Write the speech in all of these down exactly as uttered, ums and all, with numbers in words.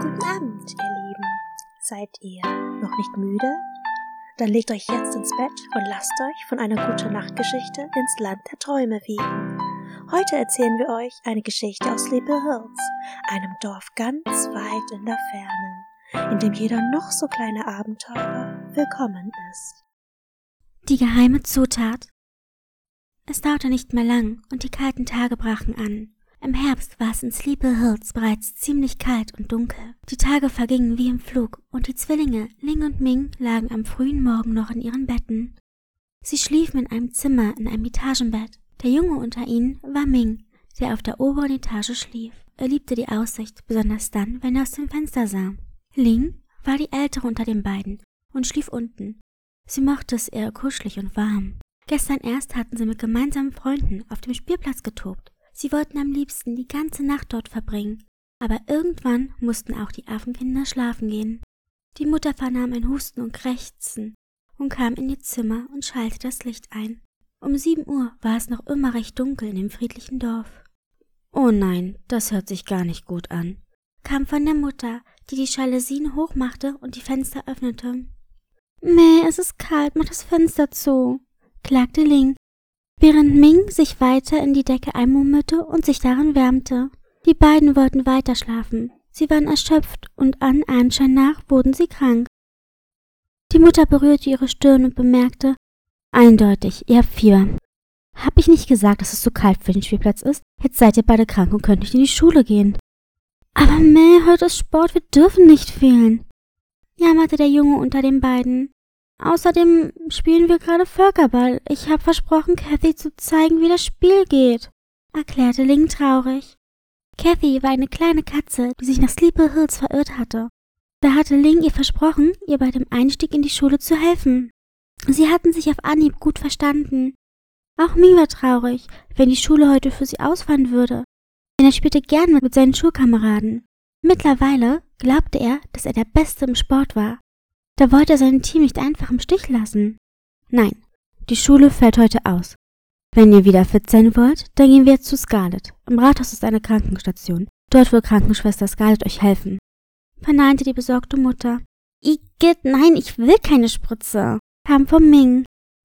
Guten Abend, ihr Lieben. Seid ihr noch nicht müde? Dann legt euch jetzt ins Bett und lasst euch von einer Gute-Nacht-Geschichte ins Land der Träume wiegen. Heute erzählen wir euch eine Geschichte aus Sleepy Hills, einem Dorf ganz weit in der Ferne, in dem jeder noch so kleine Abenteurer willkommen ist. Die geheime Zutat. Es dauerte nicht mehr lang und die kalten Tage brachen an. Im Herbst war es in Sleepy Hills bereits ziemlich kalt und dunkel. Die Tage vergingen wie im Flug und die Zwillinge Ling und Ming lagen am frühen Morgen noch in ihren Betten. Sie schliefen in einem Zimmer in einem Etagenbett. Der Junge unter ihnen war Ming, der auf der oberen Etage schlief. Er liebte die Aussicht, besonders dann, wenn er aus dem Fenster sah. Ling war die ältere unter den beiden und schlief unten. Sie mochte es eher kuschelig und warm. Gestern erst hatten sie mit gemeinsamen Freunden auf dem Spielplatz getobt. Sie wollten am liebsten die ganze Nacht dort verbringen, aber irgendwann mussten auch die Affenkinder schlafen gehen. Die Mutter vernahm ein Husten und Krächzen und kam in ihr Zimmer und schaltete das Licht ein. Um sieben Uhr war es noch immer recht dunkel in dem friedlichen Dorf. »Oh nein, das hört sich gar nicht gut an«, kam von der Mutter, die die Jalousien hochmachte und die Fenster öffnete. »Mäh, es ist kalt, mach das Fenster zu«, klagte Ling, während Ming sich weiter in die Decke einmummelte und sich darin wärmte. Die beiden wollten weiter schlafen. Sie waren erschöpft und an Anschein nach wurden sie krank. Die Mutter berührte ihre Stirn und bemerkte, »Eindeutig, ihr habt Fieber. Hab ich nicht gesagt, dass es so kalt für den Spielplatz ist? Jetzt seid ihr beide krank und könnt nicht in die Schule gehen.« »Aber Mäh, heute ist Sport, wir dürfen nicht fehlen«, jammerte der Junge unter den beiden. »Außerdem spielen wir gerade Völkerball. Ich habe versprochen, Cathy zu zeigen, wie das Spiel geht«, erklärte Ling traurig. Cathy war eine kleine Katze, die sich nach Sleepy Hills verirrt hatte. Da hatte Ling ihr versprochen, ihr bei dem Einstieg in die Schule zu helfen. Sie hatten sich auf Anhieb gut verstanden. Auch Ming war traurig, wenn die Schule heute für sie ausfallen würde, denn er spielte gern mit seinen Schulkameraden. Mittlerweile glaubte er, dass er der Beste im Sport war. Da wollte er sein Team nicht einfach im Stich lassen. »Nein, die Schule fällt heute aus. Wenn ihr wieder fit sein wollt, dann gehen wir jetzt zu Scarlett. Im Rathaus ist eine Krankenstation. Dort will Krankenschwester Scarlett euch helfen«, verneinte die besorgte Mutter. »Igitt, nein, ich will keine Spritze«, kam von Ming.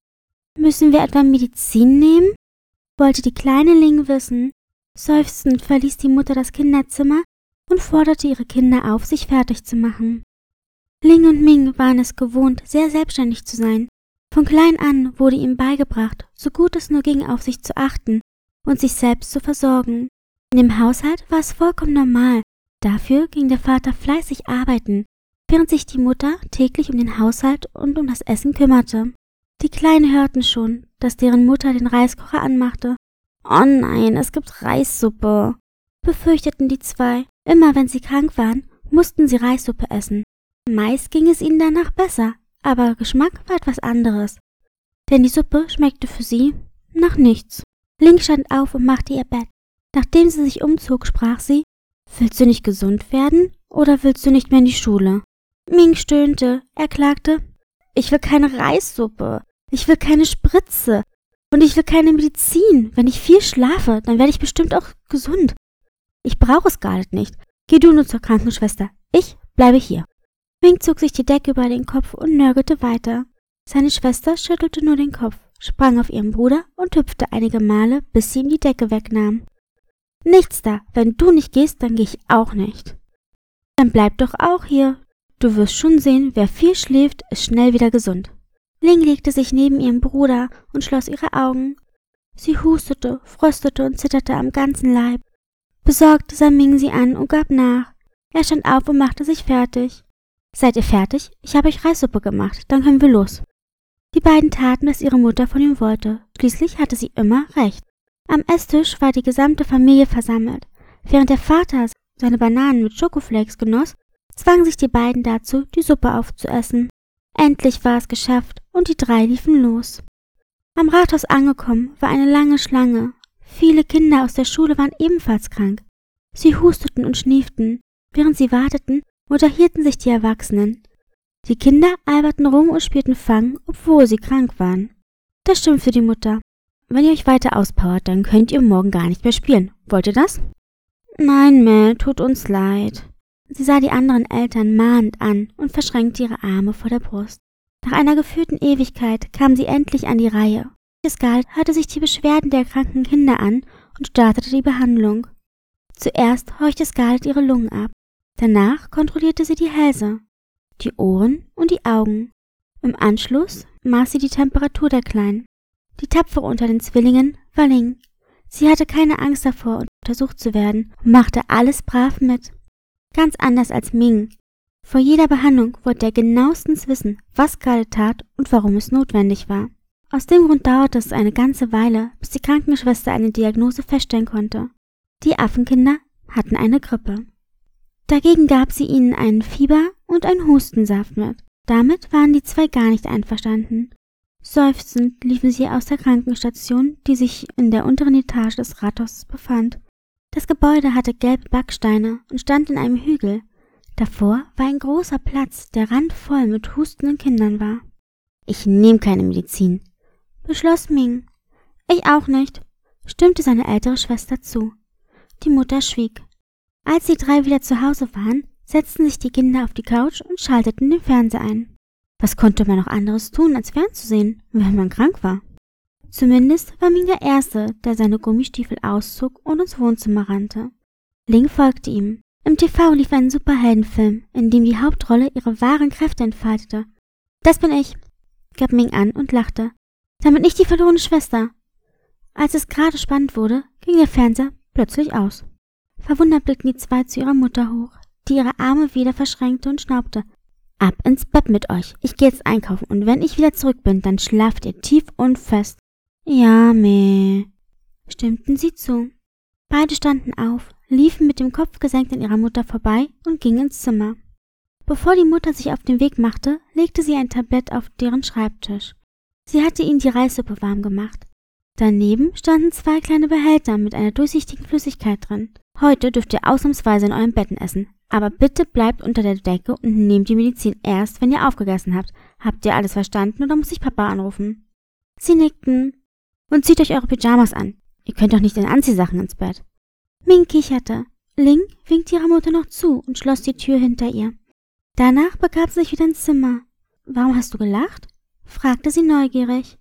»Müssen wir etwa Medizin nehmen?«, wollte die kleine Ling wissen. Seufzend verließ die Mutter das Kinderzimmer und forderte ihre Kinder auf, sich fertig zu machen. Ling und Ming waren es gewohnt, sehr selbstständig zu sein. Von klein an wurde ihm beigebracht, so gut es nur ging, auf sich zu achten und sich selbst zu versorgen. In dem Haushalt war es vollkommen normal. Dafür ging der Vater fleißig arbeiten, während sich die Mutter täglich um den Haushalt und um das Essen kümmerte. Die Kleinen hörten schon, dass deren Mutter den Reiskocher anmachte. »Oh nein, es gibt Reissuppe«, befürchteten die zwei. Immer wenn sie krank waren, mussten sie Reissuppe essen. Meist ging es ihnen danach besser, aber Geschmack war etwas anderes, denn die Suppe schmeckte für sie nach nichts. Ling stand auf und machte ihr Bett. Nachdem sie sich umzog, sprach sie, »Willst du nicht gesund werden oder willst du nicht mehr in die Schule?« Ming stöhnte. Er klagte, »Ich will keine Reissuppe, ich will keine Spritze und ich will keine Medizin. Wenn ich viel schlafe, dann werde ich bestimmt auch gesund. Ich brauche Scarlett nicht. Geh du nur zur Krankenschwester. Ich bleibe hier.« Ming zog sich die Decke über den Kopf und nörgelte weiter. Seine Schwester schüttelte nur den Kopf, sprang auf ihren Bruder und hüpfte einige Male, bis sie ihm die Decke wegnahm. »Nichts da, wenn du nicht gehst, dann gehe ich auch nicht.« »Dann bleib doch auch hier. Du wirst schon sehen, wer viel schläft, ist schnell wieder gesund.« Ling legte sich neben ihren Bruder und schloss ihre Augen. Sie hustete, fröstete und zitterte am ganzen Leib. Besorgt sah Ming sie an und gab nach. Er stand auf und machte sich fertig. »Seid ihr fertig? Ich habe euch Reissuppe gemacht, dann können wir los.« Die beiden taten, was ihre Mutter von ihm wollte. Schließlich hatte sie immer recht. Am Esstisch war die gesamte Familie versammelt. Während der Vater seine Bananen mit Schokoflakes genoss, zwangen sich die beiden dazu, die Suppe aufzuessen. Endlich war es geschafft und die drei liefen los. Am Rathaus angekommen war eine lange Schlange. Viele Kinder aus der Schule waren ebenfalls krank. Sie husteten und schnieften. Während sie warteten, unterhielten sich die Erwachsenen. Die Kinder alberten rum und spielten Fang, obwohl sie krank waren. Das schimpfte die Mutter. »Wenn ihr euch weiter auspowert, dann könnt ihr morgen gar nicht mehr spielen. Wollt ihr das?« »Nein, Mel, tut uns leid«, Sie sah die anderen Eltern mahnend an und verschränkte ihre Arme vor der Brust. Nach einer gefühlten Ewigkeit kam sie endlich an die Reihe. Scarlett hörte sich die Beschwerden der kranken Kinder an und startete die Behandlung. Zuerst horchte Scarlett ihre Lungen ab. Danach kontrollierte sie die Hälse, die Ohren und die Augen. Im Anschluss maß sie die Temperatur der Kleinen. Die tapfere unter den Zwillingen war Ling. Sie hatte keine Angst davor, untersucht zu werden und machte alles brav mit. Ganz anders als Ming. Vor jeder Behandlung wollte er genauestens wissen, was Scarlett tat und warum es notwendig war. Aus dem Grund dauerte es eine ganze Weile, bis die Krankenschwester eine Diagnose feststellen konnte. Die Affenkinder hatten eine Grippe. Dagegen gab sie ihnen einen Fieber- und einen Hustensaft mit. Damit waren die zwei gar nicht einverstanden. Seufzend liefen sie aus der Krankenstation, die sich in der unteren Etage des Rathauses befand. Das Gebäude hatte gelbe Backsteine und stand in einem Hügel. Davor war ein großer Platz, der randvoll mit hustenden Kindern war. »Ich nehme keine Medizin«, beschloss Ming. »Ich auch nicht«, stimmte seine ältere Schwester zu. Die Mutter schwieg. Als die drei wieder zu Hause waren, setzten sich die Kinder auf die Couch und schalteten den Fernseher ein. Was konnte man noch anderes tun, als fernzusehen, wenn man krank war? Zumindest war Ming der Erste, der seine Gummistiefel auszog und ins Wohnzimmer rannte. Ling folgte ihm. Im T V lief ein Superheldenfilm, in dem die Hauptrolle ihre wahren Kräfte entfaltete. »Das bin ich«, gab Ming an und lachte. »Damit nicht die verlorene Schwester.« Als es gerade spannend wurde, ging der Fernseher plötzlich aus. Verwundert blickten die zwei zu ihrer Mutter hoch, die ihre Arme wieder verschränkte und schnaubte. »Ab ins Bett mit euch, ich gehe jetzt einkaufen und wenn ich wieder zurück bin, dann schlaft ihr tief und fest.« »Ja, meh«, stimmten sie zu. Beide standen auf, liefen mit dem Kopf gesenkt an ihrer Mutter vorbei und gingen ins Zimmer. Bevor die Mutter sich auf den Weg machte, legte sie ein Tablett auf deren Schreibtisch. Sie hatte ihnen die Reissuppe warm gemacht. Daneben standen zwei kleine Behälter mit einer durchsichtigen Flüssigkeit drin. »Heute dürft ihr ausnahmsweise in euren Betten essen. Aber bitte bleibt unter der Decke und nehmt die Medizin erst, wenn ihr aufgegessen habt. Habt ihr alles verstanden oder muss ich Papa anrufen?« Sie nickten. »Und zieht euch eure Pyjamas an. Ihr könnt doch nicht in Anziehsachen ins Bett.« Ming kicherte. Ling winkte ihrer Mutter noch zu und schloss die Tür hinter ihr. Danach begab sie sich wieder ins Zimmer. »Warum hast du gelacht?« fragte sie neugierig.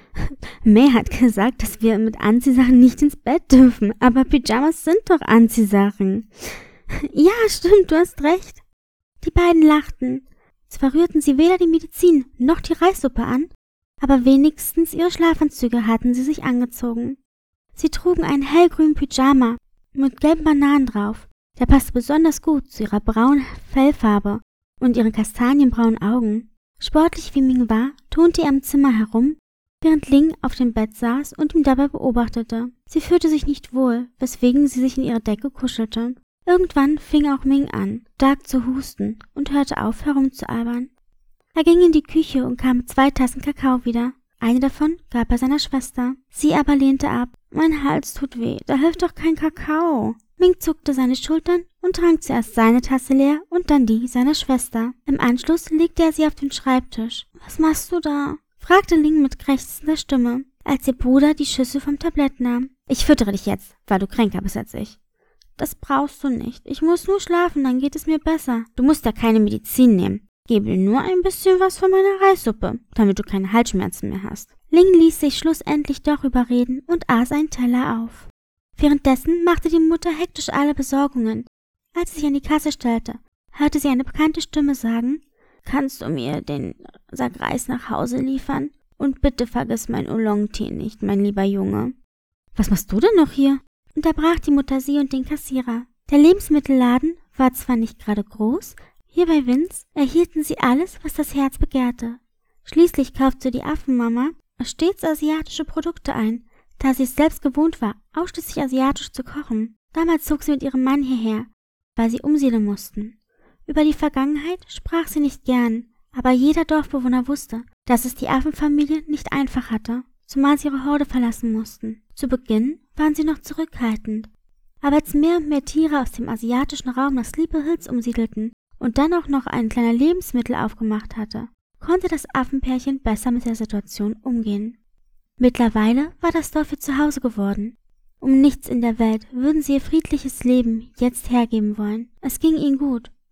»May hat gesagt, dass wir mit Anziehsachen nicht ins Bett dürfen, aber Pyjamas sind doch Anziehsachen.« »Ja, stimmt, du hast recht.« Die beiden lachten. Zwar rührten sie weder die Medizin noch die Reissuppe an, aber wenigstens ihre Schlafanzüge hatten sie sich angezogen. Sie trugen einen hellgrünen Pyjama mit gelben Bananen drauf. Der passte besonders gut zu ihrer braunen Fellfarbe und ihren kastanienbraunen Augen. Sportlich wie Ming war, turnte er im Zimmer herum, während Ling auf dem Bett saß und ihn dabei beobachtete. Sie fühlte sich nicht wohl, weswegen sie sich in ihre Decke kuschelte. Irgendwann fing auch Ming an, stark zu husten und hörte auf, herumzualbern. Er ging in die Küche und kam mit zwei Tassen Kakao wieder. Eine davon gab er seiner Schwester. Sie aber lehnte ab. »Mein Hals tut weh, da hilft doch kein Kakao.« Ming zuckte seine Schultern und trank zuerst seine Tasse leer und dann die seiner Schwester. Im Anschluss legte er sie auf den Schreibtisch. »Was machst du da?« fragte Ling mit krächzender Stimme, als ihr Bruder die Schüssel vom Tablett nahm. »Ich füttere dich jetzt, weil du kränker bist als ich.« »Das brauchst du nicht. Ich muss nur schlafen, dann geht es mir besser. Du musst ja keine Medizin nehmen. Gebe nur ein bisschen was von meiner Reissuppe, damit du keine Halsschmerzen mehr hast.« Ling ließ sich schlussendlich doch überreden und aß einen Teller auf. Währenddessen machte die Mutter hektisch alle Besorgungen. Als sie sich an die Kasse stellte, hörte sie eine bekannte Stimme sagen: »Kannst du mir den Sack Reis nach Hause liefern? Und bitte vergiss mein Oolong-Tee nicht, mein lieber Junge.« »Was machst du denn noch hier?« unterbrach die Mutter sie und den Kassierer. Der Lebensmittelladen war zwar nicht gerade groß, hier bei Vince erhielten sie alles, was das Herz begehrte. Schließlich kaufte die Affenmama stets asiatische Produkte ein, da sie es selbst gewohnt war, ausschließlich asiatisch zu kochen. Damals zog sie mit ihrem Mann hierher, weil sie umsiedeln mussten. Über die Vergangenheit sprach sie nicht gern, aber jeder Dorfbewohner wusste, dass es die Affenfamilie nicht einfach hatte, zumal sie ihre Horde verlassen mussten. Zu Beginn waren sie noch zurückhaltend, aber als mehr und mehr Tiere aus dem asiatischen Raum nach Sleepy Hills umsiedelten und dann auch noch ein kleiner Lebensmittel aufgemacht hatte, konnte das Affenpärchen besser mit der Situation umgehen. Mittlerweile war das Dorf ihr Zuhause geworden. Um nichts in der Welt würden sie ihr friedliches Leben jetzt hergeben wollen. Es ging ihnen gut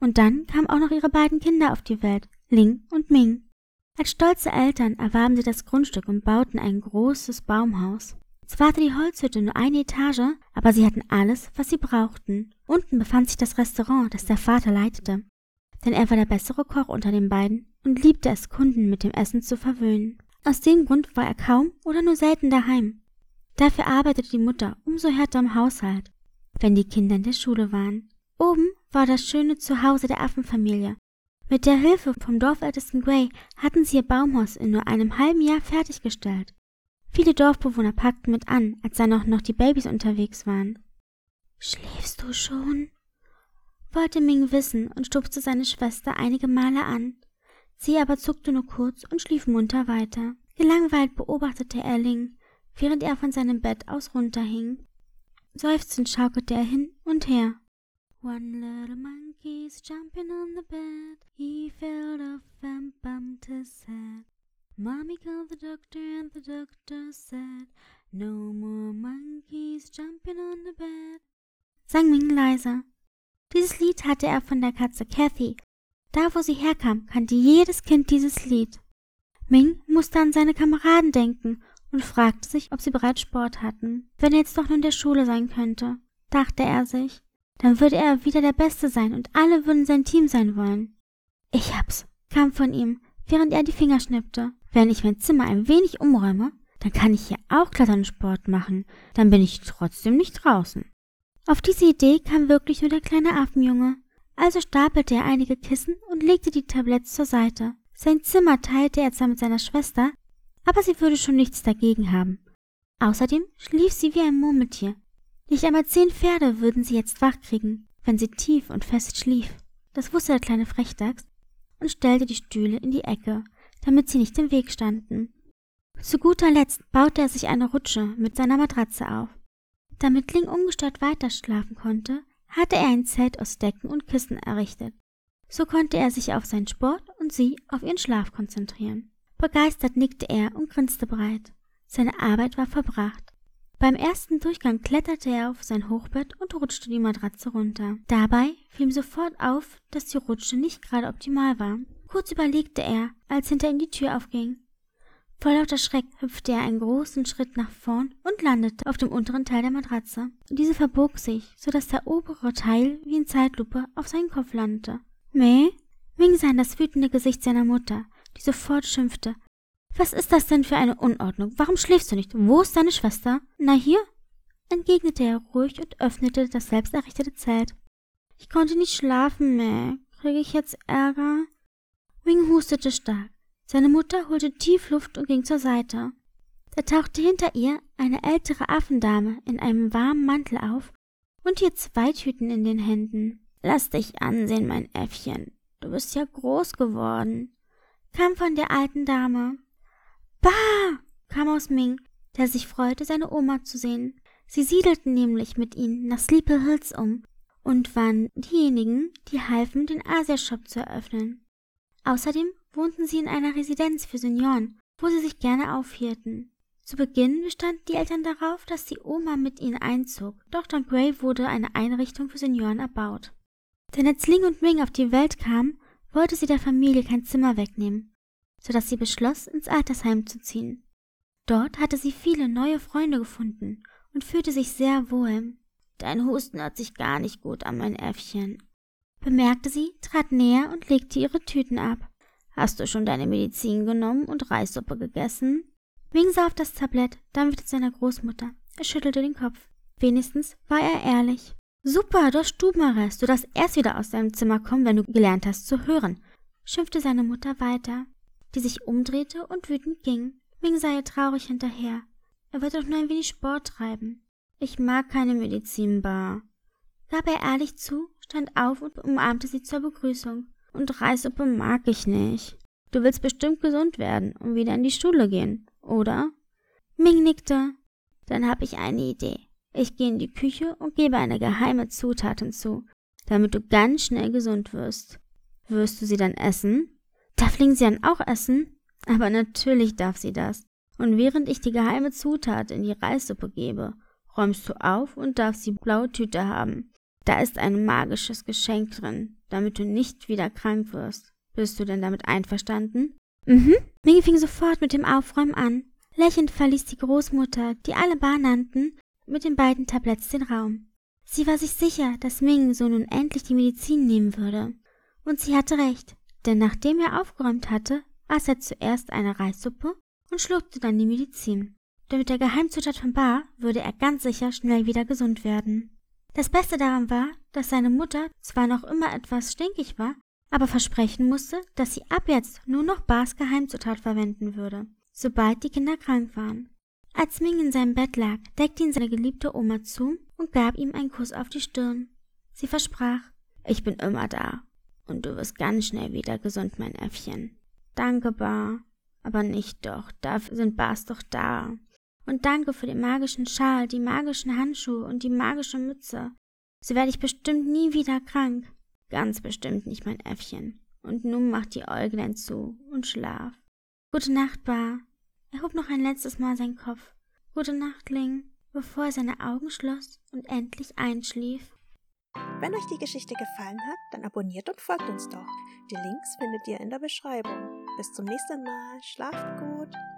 Und dann kamen auch noch ihre beiden Kinder auf die Welt, Ling und Ming. Als stolze Eltern erwarben sie das Grundstück und bauten ein großes Baumhaus. Zwar hatte die Holzhütte nur eine Etage, aber sie hatten alles, was sie brauchten. Unten befand sich das Restaurant, das der Vater leitete. Denn er war der bessere Koch unter den beiden und liebte es, Kunden mit dem Essen zu verwöhnen. Aus dem Grund war er kaum oder nur selten daheim. Dafür arbeitete die Mutter umso härter im Haushalt, wenn die Kinder in der Schule waren. Oben war das schöne Zuhause der Affenfamilie. Mit der Hilfe vom Dorfältesten Gray hatten sie ihr Baumhaus in nur einem halben Jahr fertiggestellt. Viele Dorfbewohner packten mit an, als dann auch noch die Babys unterwegs waren. »Schläfst du schon?« wollte Ming wissen und stupste seine Schwester einige Male an. Sie aber zuckte nur kurz und schlief munter weiter. Gelangweilt beobachtete er Ling, während er von seinem Bett aus runterhing. Seufzend schaukelte er hin und her. One little monkey's jumping on the bed. He fell off and bumped his head. Mommy called the doctor and the doctor said, no more monkeys jumping on the bed. Sang Ming leise. Dieses Lied hatte er von der Katze Cathy. Da, wo sie herkam, kannte jedes Kind dieses Lied. Ming musste an seine Kameraden denken und fragte sich, ob sie bereits Sport hatten. Wenn er jetzt doch nur in der Schule sein könnte, dachte er sich, dann würde er wieder der Beste sein und alle würden sein Team sein wollen. Ich hab's, kam von ihm, während er die Finger schnippte. Wenn ich mein Zimmer ein wenig umräume, dann kann ich hier auch Kletternsport machen, dann bin ich trotzdem nicht draußen. Auf diese Idee kam wirklich nur der kleine Affenjunge. Also stapelte er einige Kissen und legte die Tabletts zur Seite. Sein Zimmer teilte er zwar mit seiner Schwester, aber sie würde schon nichts dagegen haben. Außerdem schlief sie wie ein Murmeltier. Nicht einmal zehn Pferde würden sie jetzt wach kriegen, wenn sie tief und fest schlief. Das wusste der kleine Frechdachs und stellte die Stühle in die Ecke, damit sie nicht im Weg standen. Zu guter Letzt baute er sich eine Rutsche mit seiner Matratze auf. Damit Ling ungestört weiterschlafen konnte, hatte er ein Zelt aus Decken und Kissen errichtet. So konnte er sich auf seinen Sport und sie auf ihren Schlaf konzentrieren. Begeistert nickte er und grinste breit. Seine Arbeit war verbracht. Beim ersten Durchgang kletterte er auf sein Hochbett und rutschte die Matratze runter. Dabei fiel ihm sofort auf, dass die Rutsche nicht gerade optimal war. Kurz überlegte er, als hinter ihm die Tür aufging. Vor lauter Schreck hüpfte er einen großen Schritt nach vorn und landete auf dem unteren Teil der Matratze. Diese verbog sich, sodass der obere Teil wie in Zeitlupe auf seinen Kopf landete. »Meh?« Ming sah in das wütende Gesicht seiner Mutter, die sofort schimpfte. »Was ist das denn für eine Unordnung? Warum schläfst du nicht? Wo ist deine Schwester?« »Na hier«, entgegnete er ruhig und öffnete das selbst errichtete Zelt. »Ich konnte nicht schlafen, Meh. Kriege ich jetzt Ärger?« Ming hustete stark. Seine Mutter holte tief Luft und ging zur Seite. Da tauchte hinter ihr eine ältere Affendame in einem warmen Mantel auf und hielt zwei Tüten in den Händen. »Lass dich ansehen, mein Äffchen. Du bist ja groß geworden«, kam von der alten Dame. »Bah«, kam aus Ming, der sich freute, seine Oma zu sehen. Sie siedelten nämlich mit ihnen nach Sleepy Hills um und waren diejenigen, die halfen, den Asia-Shop zu eröffnen. Außerdem wohnten sie in einer Residenz für Senioren, wo sie sich gerne aufhielten. Zu Beginn bestanden die Eltern darauf, dass die Oma mit ihnen einzog, doch dank Gray wurde eine Einrichtung für Senioren erbaut. Denn als Ling und Ming auf die Welt kamen, wollte sie der Familie kein Zimmer wegnehmen, sodass sie beschloss, ins Altersheim zu ziehen. Dort hatte sie viele neue Freunde gefunden und fühlte sich sehr wohl. »Dein Husten hört sich gar nicht gut an, mein Äffchen«, bemerkte sie, trat näher und legte ihre Tüten ab. »Hast du schon deine Medizin genommen und Reissuppe gegessen?« Ming sah auf das Tablett, dann wieder zu seiner Großmutter. Er schüttelte den Kopf. Wenigstens war er ehrlich. »Super, du hast Stubenarrest. Du darfst erst wieder aus deinem Zimmer kommen, wenn du gelernt hast zu hören«, schimpfte seine Mutter weiter, die sich umdrehte und wütend ging. Ming sah ihr traurig hinterher. Er wollte doch nur ein wenig Sport treiben. »Ich mag keine Medizinbar«, gab er ehrlich zu, stand auf und umarmte sie zur Begrüßung. »Und Reissuppe mag ich nicht. Du willst bestimmt gesund werden und wieder in die Schule gehen, oder?« Ming nickte. »Dann habe ich eine Idee. Ich gehe in die Küche und gebe eine geheime Zutat hinzu, damit du ganz schnell gesund wirst. Wirst du sie dann essen?« »Darf Ling sie dann auch essen?« »Aber natürlich darf sie das. Und während ich die geheime Zutat in die Reissuppe gebe, räumst du auf und darfst die blaue Tüte haben. Da ist ein magisches Geschenk drin, damit du nicht wieder krank wirst. Bist du denn damit einverstanden? Mhm. Minge fing sofort mit dem Aufräumen an. Lächelnd verließ die Großmutter, die alle Bar nannten, mit den beiden Tabletts den Raum. Sie war sich sicher, dass Ming so nun endlich die Medizin nehmen würde. Und sie hatte recht, denn nachdem er aufgeräumt hatte, aß er zuerst eine Reissuppe und schluckte dann die Medizin. Denn mit der Geheimzutat von Bar würde er ganz sicher schnell wieder gesund werden. Das Beste daran war, dass seine Mutter zwar noch immer etwas stinkig war, aber versprechen musste, dass sie ab jetzt nur noch Bars Geheimzutat verwenden würde, sobald die Kinder krank waren. Als Ming in seinem Bett lag, deckte ihn seine geliebte Oma zu und gab ihm einen Kuss auf die Stirn. Sie versprach: »Ich bin immer da und du wirst ganz schnell wieder gesund, mein Äffchen.« »Danke, Bar. Aber nicht doch, dafür sind Bars doch da. Und danke für den magischen Schal, die magischen Handschuhe und die magische Mütze. So werde ich bestimmt nie wieder krank.« »Ganz bestimmt nicht, mein Äffchen. Und nun mach die Äuglein zu und schlaf.« »Gute Nacht, Bar.« Er hob noch ein letztes Mal seinen Kopf. »Gute Nacht, Ling«, bevor er seine Augen schloss und endlich einschlief. Wenn euch die Geschichte gefallen hat, dann abonniert und folgt uns doch. Die Links findet ihr in der Beschreibung. Bis zum nächsten Mal. Schlaft gut.